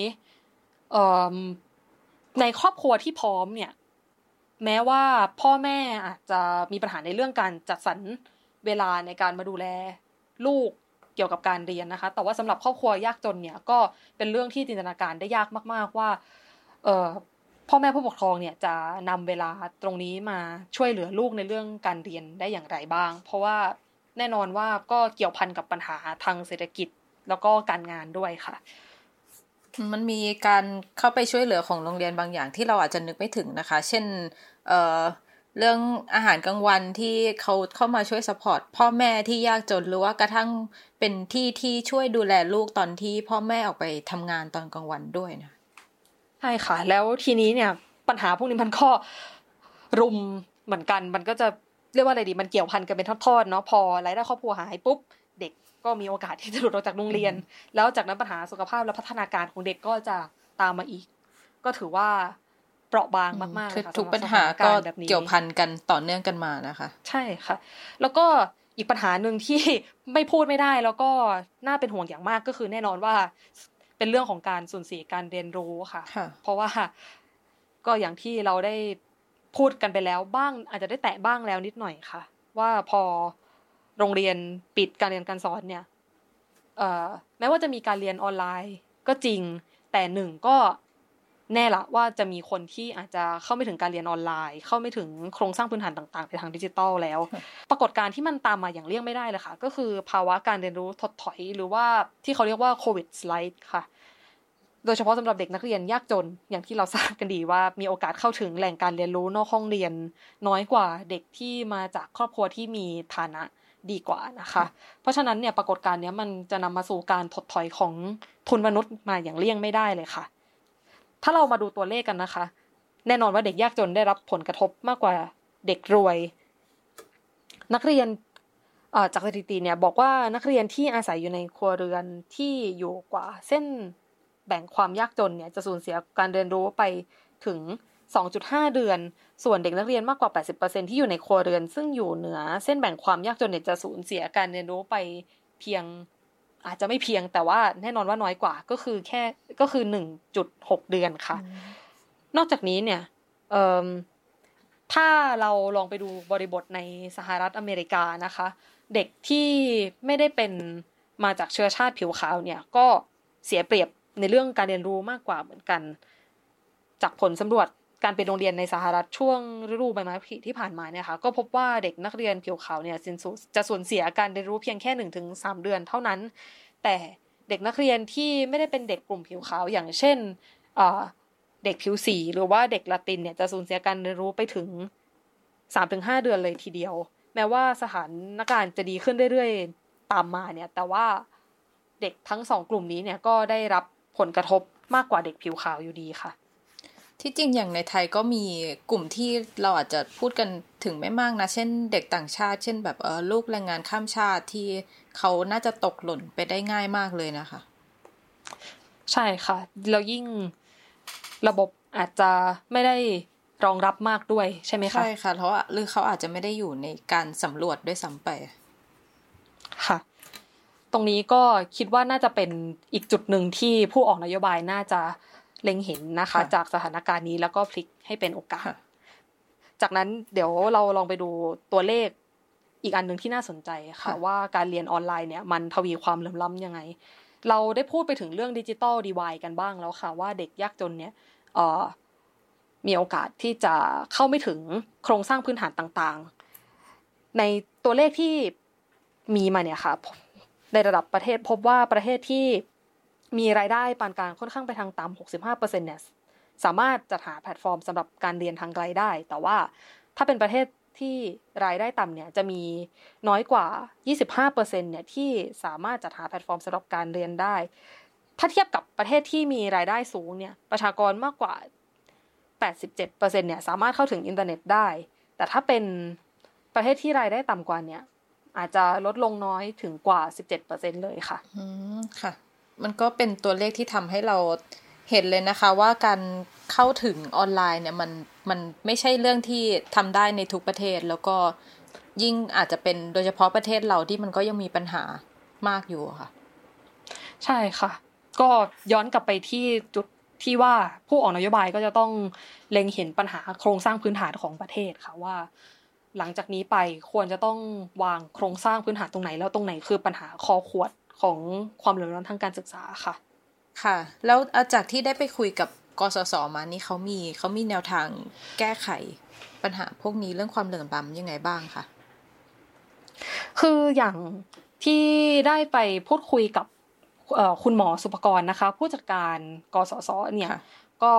Speaker 4: ในครอบครัวที่พร้อมเนี่ยแม้ว่าพ่อแม่อาจจะมีปัญหาในเรื่องการจัดสรรเวลาในการมาดูแลลูกเกี่ยวกับการเรียนนะคะแต่ว่าสำหรับครอบครัวยากจนเนี่ยก็เป็นเรื่องที่จินตนาการได้ยากมากๆว่าพ่อแม่ผู้ปกครองเนี่ยจะนำเวลาตรงนี้มาช่วยเหลือลูกในเรื่องการเรียนได้อย่างไรบ้างเพราะว่าแน่นอนว่าก็เกี่ยวพันกับปัญหาทางเศรษฐกิจแล้วก็การงานด้วยค่ะมันมีการเข้าไปช่วยเหลือของโรงเรียนบางอย่างที่เราอาจจะนึกไม่ถึงนะคะเช่นเรื่องอาหารกลางวันที่เขาเข้ามาช่วยซัพพอร์ตพ่อแม่ที่ยากจนหรือว่ากระทั่งเป็นที่ช่วยดูแลลูกตอนที่พ่อแม่ออกไปทำงานตอนกลางวันด้วยนะใช่ค่ะแล้วทีนี้เนี่ยปัญหาพวกนี้มันก็รุมเหมือนกันมันก็จะเรียกว่าอะไรดีมันเกี่ยวพันกันเป็นทอดๆเนาะพอรายได้ครอบครัวหายปุ๊บเด็กก็มีโอกาสที่จะหลุดออกจากโรงเรียนแล้วจากนั้นปัญหาสุขภาพและพัฒนาการของเด็กก็จะตามมาอีกก็ถือว่าเปราะบางมากๆเลยค่ะทุกปัญหาก็เกี่ยวพันกันต่อเนื่องกันมานะคะใช่ค่ะแล้วก็อีกปัญหานึงที่ไม่พูดไม่ได้แล้วก็น่าเป็นห่วงอย่างมากก็คือแน่นอนว่าเป็นเรื่องของการสูญเสียการเรียนรู้ค่ะเพราะว่าก็อย่างที่เราได้พูดกันไปแล้วบ้างอาจจะได้แตะบ้างแล้วนิดหน่อยค่ะว่าพอโรงเรียนปิดการเรียนการสอนเนี่ยแม้ว่าจะมีการเรียนออนไลน์ก็จริงแต่หนึ่งก็แน่ละว่าจะมีคนที่อาจจะเข้าไม่ถึงการเรียนออนไลน์เข้าไม่ถึงโครงสร้างพื้นฐานต่างๆในทางดิจิทัลแล้วปรากฏการณ์ที่มันตามมาอย่างเลี่ยงไม่ได้เลยค่ะก็คือภาวะการเรียนรู้ถดถอยหรือว่าที่เขาเรียกว่าโควิดสไลด์ค่ะโดยเฉพาะสำหรับเด็กนักเรียนยากจนอย่างที่เราทราบกันดีว่ามีโอกาสเข้าถึงแหล่งการเรียนรู้นอกห้องเรียนน้อยกว่าเด็กที่มาจากครอบครัวที่มีฐานะดีกว่านะคะเพราะฉะนั้นเนี่ยปรากฏการณ์นี้มันจะนำมาสู่การถดถอยของทุนมนุษย์มาอย่างเลี่ยงไม่ได้เลยค่ะถ้าเรามาดูตัวเลขกันนะคะแน่นอนว่าเด็กยากจนได้รับผลกระทบมากกว่าเด็กรวยนักเรียนจากสถิติเนี่ยบอกว่านักเรียนที่อาศัยอยู่ในครัวเรือนที่อยู่กว่าเส้นแบ่งความยากจนเนี่ยจะสูญเสียการเรียนรู้ไปถึง 2.5 เดือนส่วนเด็กนักเรียนมากกว่า 80% ที่อยู่ในครัวเรือนซึ่งอยู่เหนือเส้นแบ่งความยากจนเนี่ยจะสูญเสียการเรียนรู้ไปเพียงอาจจะไม่เพียงแต่ว่าแน่นอนว่าน้อยกว่าก็คือ 1.6 เดือนค่ะนอกจากนี้เนี่ยถ้าเราลองไปดูบริบทในสหรัฐอเมริกานะคะเด็กที่ไม่ได้เป็นมาจากเชื้อชาติผิวขาวเนี่ยก็เสียเปรียบในเรื่องการเรียนรู้มากกว่าเหมือนกันจากผลสำรวจการไปโรงเรียนในสหรัฐช่วงฤดูใบไม้ผลิที่ผ่านมาเนี่ยค่ะก็พบว่าเด็กนักเรียนผิวขาวเนี่ยจะสูญเสียการเรียนรู้เพียงแค่ 1-3 เดือนเท่านั้นแต่เด็กนักเรียนที่ไม่ได้เป็นเด็กกลุ่มผิวขาวอย่างเช่นเด็กผิวสีหรือว่าเด็กละตินเนี่ยจะสูญเสียการเรียนรู้ไปถึง 3-5 เดือนเลยทีเดียวแม้ว่าสถานการณ์จะดีขึ้นเรื่อยๆตามมาเนี่ยแต่ว่าเด็กทั้ง2กลุ่มนี้เนี่ยก็ได้รับผลกระทบมากกว่าเด็กผิวขาวอยู่ดีค่ะ
Speaker 3: ที่จริงอย่างในไทยก็มีกลุ่มที่เราอาจจะพูดกันถึงไม่มากนะเช่นเด็กต่างชาติเช่นแบบลูกแรงงานข้ามชาติที่เขาน่าจะตกหล่นไปได้ง่ายมากเลยนะคะ
Speaker 4: ใช่ค่ะแล้วยิ่งระบบอาจจะไม่ได้รองรับมากด้วยใช่ไหมคะ
Speaker 3: ใช่ค่ะเพราะหรือเขาอาจจะไม่ได้อยู่ในการสำรวจด้วยซ้ำไป
Speaker 4: ค่ะตรงนี้ก็คิดว่าน่าจะเป็นอีกจุดหนึ่งที่ผู้ออกนโยบายน่าจะเล็งเห็นนะคะจากสถานการณ์นี้แล้วก็พลิกให้เป็นโอกาสจากนั้นเดี๋ยวเราลองไปดูตัวเลขอีกอันนึงที่น่าสนใจค่ะว่าการเรียนออนไลน์เนี่ยมันทวีความเหลื่อมล้ำยังไงเราได้พูดไปถึงเรื่องดิจิทัลดีไวด์กันบ้างแล้วค่ะว่าเด็กยากจนเนี่ยมีโอกาสที่จะเข้าไม่ถึงโครงสร้างพื้นฐานต่างๆในตัวเลขที่มีมาเนี่ยค่ะในระดับประเทศพบว่าประเทศที่มีรายได้ปานกลางค่อนข้างไปทางต่ำ 65% เนี่ยสามารถจัดหาแพลตฟอร์มสำหรับการเรียนทางไกลได้แต่ว่าถ้าเป็นประเทศที่รายได้ต่ำเนี่ยจะมีน้อยกว่า 25% เนี่ยที่สามารถจัดหาแพลตฟอร์มสำหรับการเรียนได้ถ้าเทียบกับประเทศที่มีรายได้สูงเนี่ยประชากรมากกว่า 87% เนี่ยสามารถเข้าถึงอินเทอร์เน็ตได้แต่ถ้าเป็นประเทศที่รายได้ต่ำกว่าเนี่ยอาจจะลดลงน้อยถึงกว่า 17% เลยค่ะ
Speaker 3: ค่ะมันก็เป็นตัวเลขที่ทำให้เราเห็นเลยนะคะว่าการเข้าถึงออนไลน์เนี่ยมันไม่ใช่เรื่องที่ทำได้ในทุกประเทศแล้วก็ยิ่งอาจจะเป็นโดยเฉพาะประเทศเราที่มันก็ยังมีปัญหามากอยู่ค่ะ
Speaker 4: ใช่ค่ะก็ย้อนกลับไปที่จุดที่ว่าผู้ออกนโยบายก็จะต้องเล็งเห็นปัญหาโครงสร้างพื้นฐานของประเทศค่ะว่าหลังจากนี้ไปควรจะต้องวางโครงสร้างพื้นฐานตรงไหนแล้วตรงไหนคือปัญหาคอขวดของความเหลื่อมล้ำทางการศึกษาค่ะ
Speaker 3: ค่ะแล้วจากที่ได้ไปคุยกับกสศมานี่เขามีแนวทางแก้ไขปัญหาพวกนี้เรื่องความเหลื่อมล้ำยังไงบ้างคะ
Speaker 4: คืออย่างที่ได้ไปพูดคุยกับคุณหมอสุภกรนะคะผู้จัดการกสศเนี่ยก็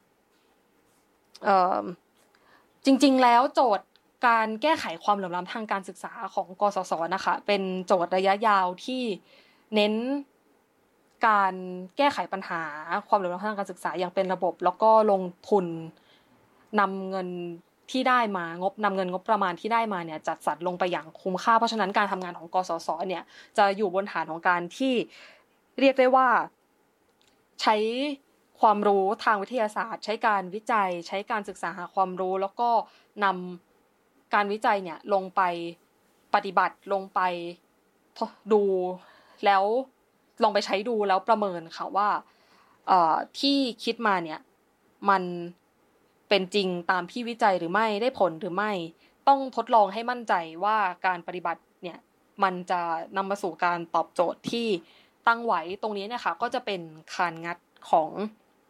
Speaker 4: จริงๆแล้วโจทย์การแก้ไขความเหลื่อมล้ำทางการศึกษาของกสศนะคะเป็นโจทย์ระยะยาวที่เน้นการแก้ไขปัญหาความเหลื่อมล้ำทางการศึกษาอย่างเป็นระบบแล้วก็ลงทุนนำเงินที่ได้มานำเงินงบประมาณที่ได้มาเนี่ยจัดสรรลงไปอย่างคุ้มค่าเพราะฉะนั้นการทำงานของกสศเนี่ยจะอยู่บนฐานของการที่เรียกได้ว่าใช้ความรู้ทางวิทยาศาสตร์ใช้การวิจัยใช้การศึกษาหาความรู้แล้วก็นำการวิจัยเนี่ยลงไปปฏิบัติลงไปดูแล้วลองไปใช้ดูแล้วประเมินค่ะว่าที่คิดมาเนี่ยมันเป็นจริงตามที่วิจัยหรือไม่ได้ผลหรือไม่ต้องทดลองให้มั่นใจว่าการปฏิบัติเนี่ยมันจะนำมาสู่การตอบโจทย์ที่ตั้งไว้ตรงนี้เนี่ยค่ะก็จะเป็นคานงัดของ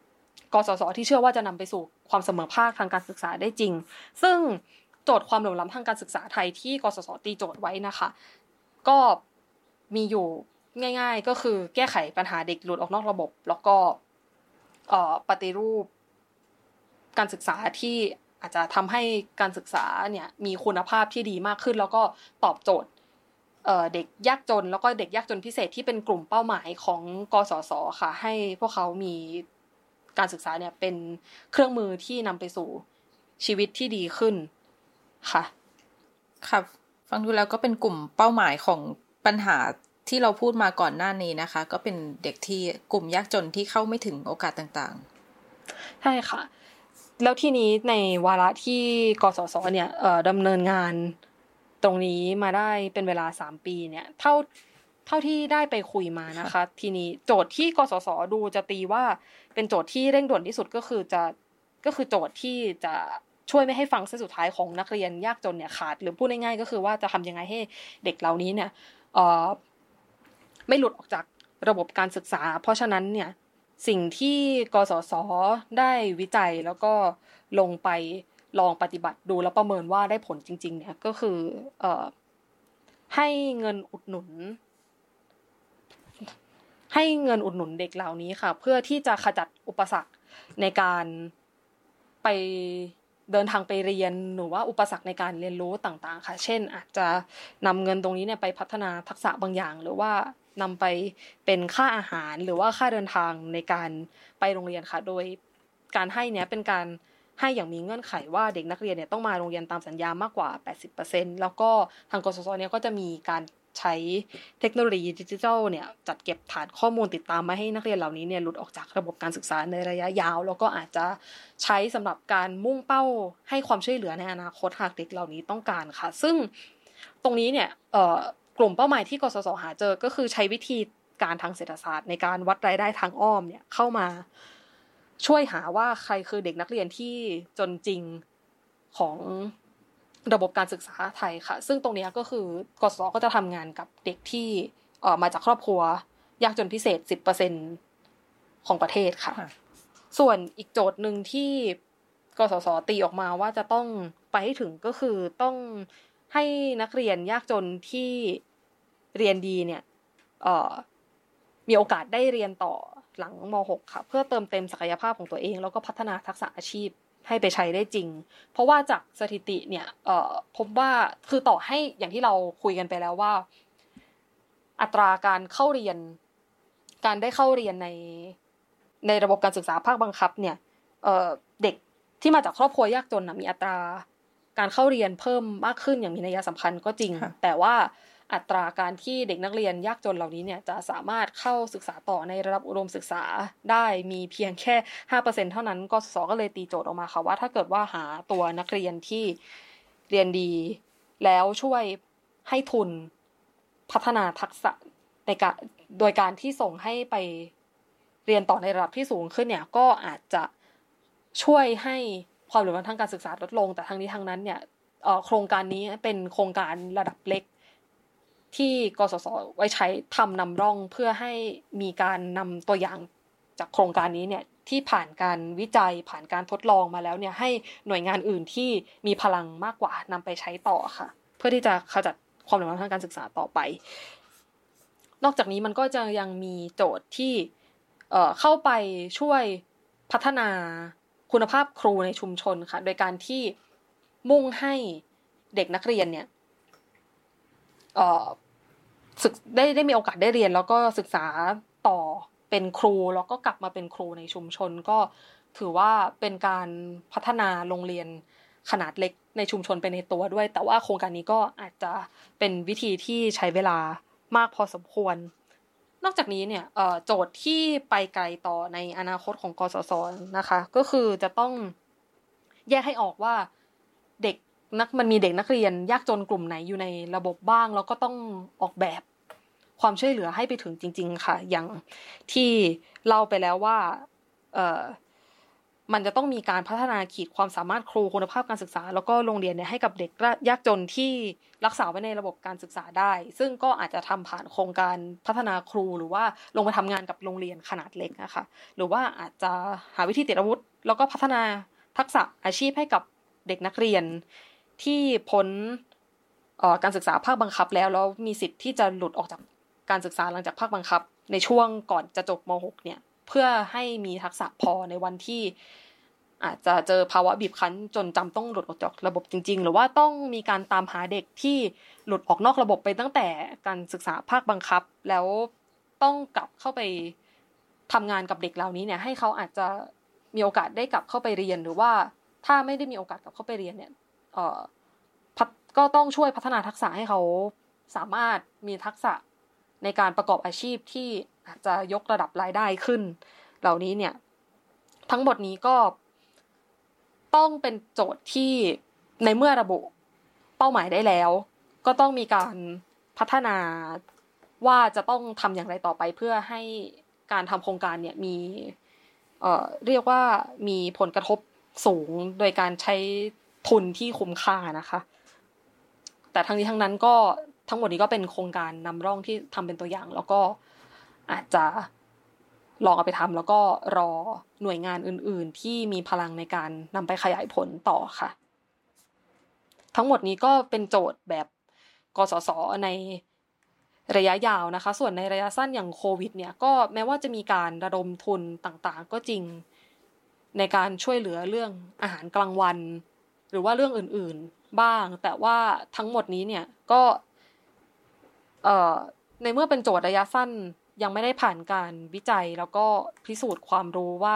Speaker 4: กสศที่เชื่อว่าจะนำไปสู่ความเสมอภาคทางการศึกษาได้จริงซึ่งโจทย์ความเหลื่อมล้ำทางการศึกษาไทยที่กสศตีโจทย์ไว้นะคะก็มีอยู่ง่ายๆก็คือแก้ไขปัญหาเด็กหลุดออกนอกระบบแล้วก็ปฏิรูปการศึกษาที่อาจจะทำให้การศึกษาเนี่ยมีคุณภาพที่ดีมากขึ้นแล้วก็ตอบโจทย์เด็กยากจนแล้วก็เด็กยากจนพิเศษที่เป็นกลุ่มเป้าหมายของกสศค่ะให้พวกเขามีการศึกษาเนี่ยเป็นเครื่องมือที่นำไปสู่ชีวิตที่ดีขึ้นค่ะ
Speaker 3: ค่ะฟังดูแล้วก็เป็นกลุ่มเป้าหมายของปัญหาที่เราพูดมาก่อนหน้านี้นะคะก็เป็นเด็กที่กลุ่มยากจนที่เข้าไม่ถึงโอกาสต่าง
Speaker 4: ๆใช่ค่ะแล้วที่นี้ในวาระที่กสศเนี่ยดำเนินงานตรงนี้มาได้เป็นเวลา3ปีเนี่ยเท่าที่ได้ไปคุยมานะคะทีนี้โจทย์ที่กสศดูจะตีว่าเป็นโจทย์ที่เร่งด่วนที่สุดก็คือโจทย์ที่จะช่วยไม่ให้ฟังเส้นสุดท้ายของนักเรียนยากจนเนี่ยขาดหรือพูดง่ายๆก็คือว่าจะทำยังไงให้เด็กเหล่านี้เนี่ยไม่หลุดออกจากระบบการศึกษาเพราะฉะนั้นเนี่ยสิ่งที่กสศได้วิจัยแล้วก็ลงไปลองปฏิบัติดูแล้วประเมินว่าได้ผลจริงๆเนี่ยก็คือให้เงินอุดหนุนเด็กเหล่านี้ค่ะเพื่อที่จะขจัดอุปสรรคในการไปเดินทางไปเรียนหรือว่าอุปสรรคในการเรียนรู้ต่างๆค่ะเช่นอาจจะนำเงินตรงนี้เนี่ยไปพัฒนาทักษะบางอย่างหรือว่านำไปเป็นค่าอาหารหรือว่าค่าเดินทางในการไปโรงเรียนค่ะโดยการให้เนี่ยเป็นการให้อย่างมีเงื่อนไขว่าเด็กนักเรียนเนี่ยต้องมาโรงเรียนตามสัญญามากกว่า 80% แล้วก็ทางกสศเนี่ยก็จะมีการใช้เทคโนโลยีดิจิทัลเนี่ยจัดเก็บฐานข้อมูลติดตามมาให้นักเรียนเหล่านี้เนี่ยหลุดออกจากระบบการศึกษาในระยะยาวแล้วก็อาจจะใช้สำหรับการมุ่งเป้าให้ความช่วยเหลือในอนาคตหากเด็กเหล่านี้ต้องการค่ะซึ่งตรงนี้เนี่ยกลุ่มเป้าหมายที่กสศหาเจอก็คือใช้วิธีการทางเศรษฐศาสตร์ในการวัดรายได้ทางอ้อมเนี่ยเข้ามาช่วยหาว่าใครคือเด็กนักเรียนที่จนจริงของระบบการศึกษาไทยค่ะซึ่งตรงนี้ก็คือกสศก็จะทำงานกับเด็กที่มาจากครอบครัวยากจนพิเศษ 10% ของประเทศค่ะส่วนอีกโจทย์นึงที่กสศตีออกมาว่าจะต้องไปให้ถึงก็คือต้องให้นักเรียนยากจนที่เรียนดีเนี่ยมีโอกาสได้เรียนต่อหลังม.6 ค่ะเพื่อเติมเต็มศักยภาพของตัวเองแล้วก็พัฒนาทักษะอาชีพให้ไปใช้ได้จริงเพราะว่าจากสถิติเนี่ยพบว่าคือต่อให้อย่างที่เราคุยกันไปแล้วว่าอัตราการเข้าเรียนการได้เข้าเรียนในระบบการศึกษาภาคบังคับเนี่ยเด็กที่มาจากครอบครัวยากจนมีอัตราการเข้าเรียนเพิ่มมากขึ้นอย่างมีนัยสำคัญก็จริงแต่ว่าอัตราการที่เด็กนักเรียนยากจนเหล่านี้เนี่ยจะสามารถเข้าศึกษาต่อในระดับอุดมศึกษาได้มีเพียงแค่ 5% เท่านั้นกสศก็เลยตีโจทย์ออกมาค่ะว่าถ้าเกิดว่าหาตัวนักเรียนที่เรียนดีแล้วช่วยให้ทุนพัฒนาทักษะในการโดยการที่ส่งให้ไปเรียนต่อในระดับที่สูงขึ้นเนี่ยก็อาจจะช่วยให้ความเหลื่อมล้ำทางการศึกษาลดลงแต่ทั้งนี้ทั้งนั้นเนี่ยโครงการนี้เป็นโครงการระดับเล็กที่กสศไว้ใช้ทำนำร่องเพื่อให้มีการนำตัวอย่างจากโครงการนี้เนี่ยที่ผ่านการวิจัยผ่านการทดลองมาแล้วเนี่ยให้หน่วยงานอื่นที่มีพลังมากกว่านำไปใช้ต่อค่ะเพื่อที่จะขจัดความเหลื่อมล้ำทางการศึกษาต่อไปนอกจากนี้มันก็จะยังมีโจทย์ที่เข้าไปช่วยพัฒนาคุณภาพครูในชุมชนค่ะโดยการที่มุ่งให้เด็กนักเรียนเนี่ยได้มีโอกาสได้เรียนแล้วก็ศึกษาต่อเป็นครูแล้วก็กลับมาเป็นครูในชุมชนก็ถือว่าเป็นการพัฒนาโรงเรียนขนาดเล็กในชุมชนไปในตัวด้วยแต่ว่าโครงการนี้ก็อาจจะเป็นวิธีที่ใช้เวลามากพอสมควรนอกจากนี้เนี่ยโจทย์ที่ไปไกลต่อในอนาคตของกสศนะคะก็คือจะต้องแยกให้ออกว่ามันมีเด็กนักเรียนยากจนกลุ่มไหนอยู่ในระบบบ้างแล้วก็ต้องออกแบบความช่วยเหลือให้ไปถึงจริงๆค่ะอย่างที่เล่าไปแล้วว่ามันจะต้องมีการพัฒนาขีดความสามารถครูคุณภาพการศึกษาแล้วก็โรงเรียนเนี่ยให้กับเด็กยากจนที่รักษาไว้ในระบบการศึกษาได้ซึ่งก็อาจจะทำผ่านโครงการพัฒนาครูหรือว่าลงมาทำงานกับโรงเรียนขนาดเล็กนะคะหรือว่าอาจจะหาวิธีติดอาวุธแล้วก็พัฒนาทักษะอาชีพให้กับเด็กนักเรียนที่พ้นการศึกษาภาคบังคับแล้วมีสิทธิ์ที่จะหลุดออกจากการศึกษาหลังจากภาคบังคับในช่วงก่อนจะจบม.6 เนี่ยเพื่อให้มีทักษะพอในวันที่อาจจะเจอภาวะบีบคั้นจนจำต้องหลุดออกจากระบบจริงๆหรือว่าต้องมีการตามหาเด็กที่หลุดออกนอกระบบไปตั้งแต่การศึกษาภาคบังคับแล้วต้องกลับเข้าไปทำงานกับเด็กเหล่านี้เนี่ยให้เขาอาจจะมีโอกาสได้กลับเข้าไปเรียนหรือว่าถ้าไม่ได้มีโอกาสกลับเข้าไปเรียนเนี่ยก็ต้องช่วยพัฒนาทักษะให้เขาสามารถมีทักษะในการประกอบอาชีพที่อาจจะยกระดับรายได้ขึ้นเหล่านี้เนี่ยทั้งหมดนี้ก็ต้องเป็นโจทย์ที่ในเมื่อระบุเป้าหมายได้แล้วก็ต้องมีการพัฒนาว่าจะต้องทำอย่างไรต่อไปเพื่อให้การทำโครงการเนี่ยมีเรียกว่ามีผลกระทบสูงโดยการใช้ทุนที่คุ้มค่านะคะแต่ทั้งนี้ทั้งนั้นก็ทั้งหมดนี้ก็เป็นโครงการนำร่องที่ทำเป็นตัวอย่างแล้วก็อาจจะลองเอาไปทำแล้วก็รอหน่วยงานอื่นๆที่มีพลังในการนำไปขยายผลต่อค่ะทั้งหมดนี้ก็เป็นโจทย์แบบกสศในระยะยาวนะคะส่วนในระยะสั้นอย่างโควิดเนี่ยก็แม้ว่าจะมีการระดมทุนต่างๆก็จริงในการช่วยเหลือเรื่องอาหารกลางวันหรือว่าเรื่องอื่นๆบ้างแต่ว่าทั้งหมดนี้เนี่ยก็ในเมื่อเป็นโจทย์ระยะสั้นยังไม่ได้ผ่านการวิจัยแล้วก็พิสูจน์ความรู้ว่า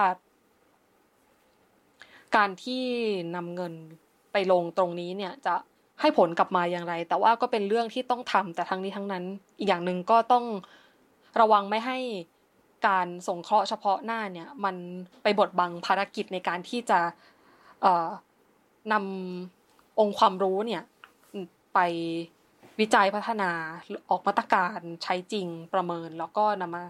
Speaker 4: การที่นำเงินไปลงตรงนี้เนี่ยจะให้ผลกลับมาอย่างไรแต่ว่าก็เป็นเรื่องที่ต้องทำแต่ทั้งนี้ทั้งนั้นอีกอย่างหนึ่งก็ต้องระวังไม่ให้การสงเคราะห์เฉพาะหน้าเนี่ยมันไปบดบังภารกิจในการที่จะนำองค์ความรู้เนี่ยไปวิจัยพัฒนาออกมาตรการใช้จริงประเมินแล้วก็นำ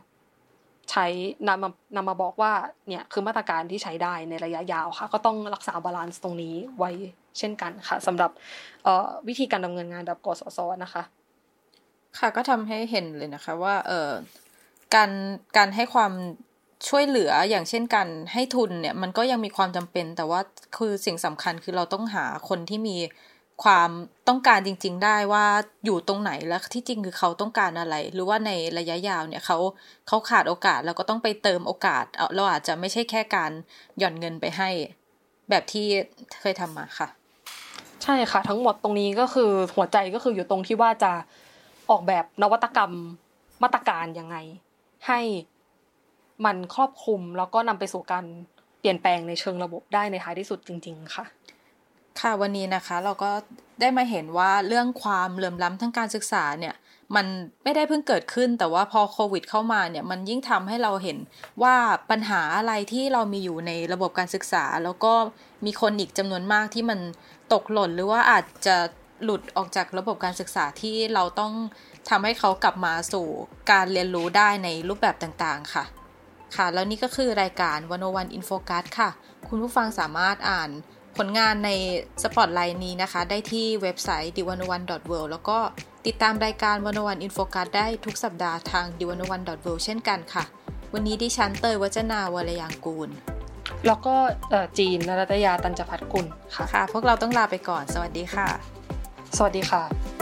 Speaker 4: มาบอกว่าเนี่ยคือมาตรการที่ใช้ได้ในระยะยาวค่ะก็ต้องรักษาบาลานซ์ตรงนี้ไว้เช่นกันค่ะสำหรับวิธีการดำเนินงานแบบกสศนะคะ
Speaker 3: ค่ะก็ทำให้เห็นเลยนะคะว่าการให้ความช่วยเหลืออย่างเช่นการให้ทุนเนี่ยมันก็ยังมีความจำเป็นแต่ว่าคือสิ่งสำคัญคือเราต้องหาคนที่มีความต้องการจริงๆได้ว่าอยู่ตรงไหนแล้วที่จริงคือเขาต้องการอะไรหรือว่าในระยะยาวเนี่ยเขาขาดโอกาสแล้วก็ต้องไปเติมโอกาสเราอาจจะไม่ใช่แค่การหย่อนเงินไปให้แบบที่เคยทำมาค่ะ
Speaker 4: ใช่ค่ะทั้งหมดตรงนี้ก็คือหัวใจก็คืออยู่ตรงที่ว่าจะออกแบบนวัตกรรมมาตรการยังไงให้มันครอบคลุมแล้วก็นำไปสู่การเปลี่ยนแปลงในเชิงระบบได้ในท้ายที่สุดจริงๆค่ะ
Speaker 3: ค่ะวันนี้นะคะเราก็ได้มาเห็นว่าเรื่องความเหลื่อมล้ำทางการศึกษาเนี่ยมันไม่ได้เพิ่งเกิดขึ้นแต่ว่าพอโควิดเข้ามาเนี่ยมันยิ่งทำให้เราเห็นว่าปัญหาอะไรที่เรามีอยู่ในระบบการศึกษาแล้วก็มีคนอีกจำนวนมากที่มันตกหล่นหรือว่าอาจจะหลุดออกจากระบบการศึกษาที่เราต้องทำให้เขากลับมาสู่การเรียนรู้ได้ในรูปแบบต่างๆค่ะแล้วนี่ก็คือรายการ101 Infocast ค่ะคุณผู้ฟังสามารถอ่านผลงานในสปอตไลท์นี้นะคะได้ที่เว็บไซต์ d101.world แล้วก็ติดตามรายการ101 Infocast ได้ทุกสัปดาห์ทาง d101.world เช่นกันค่ะวันนี้ดิฉันเตยวัจนาวรยางกูล
Speaker 4: แล้วก็จีนนรัตยาตัญจพัฒน์กุล
Speaker 3: ค่ะพวกเราต้องลาไปก่อนสวัสดีค่ะ
Speaker 4: สวัสดีค่ะ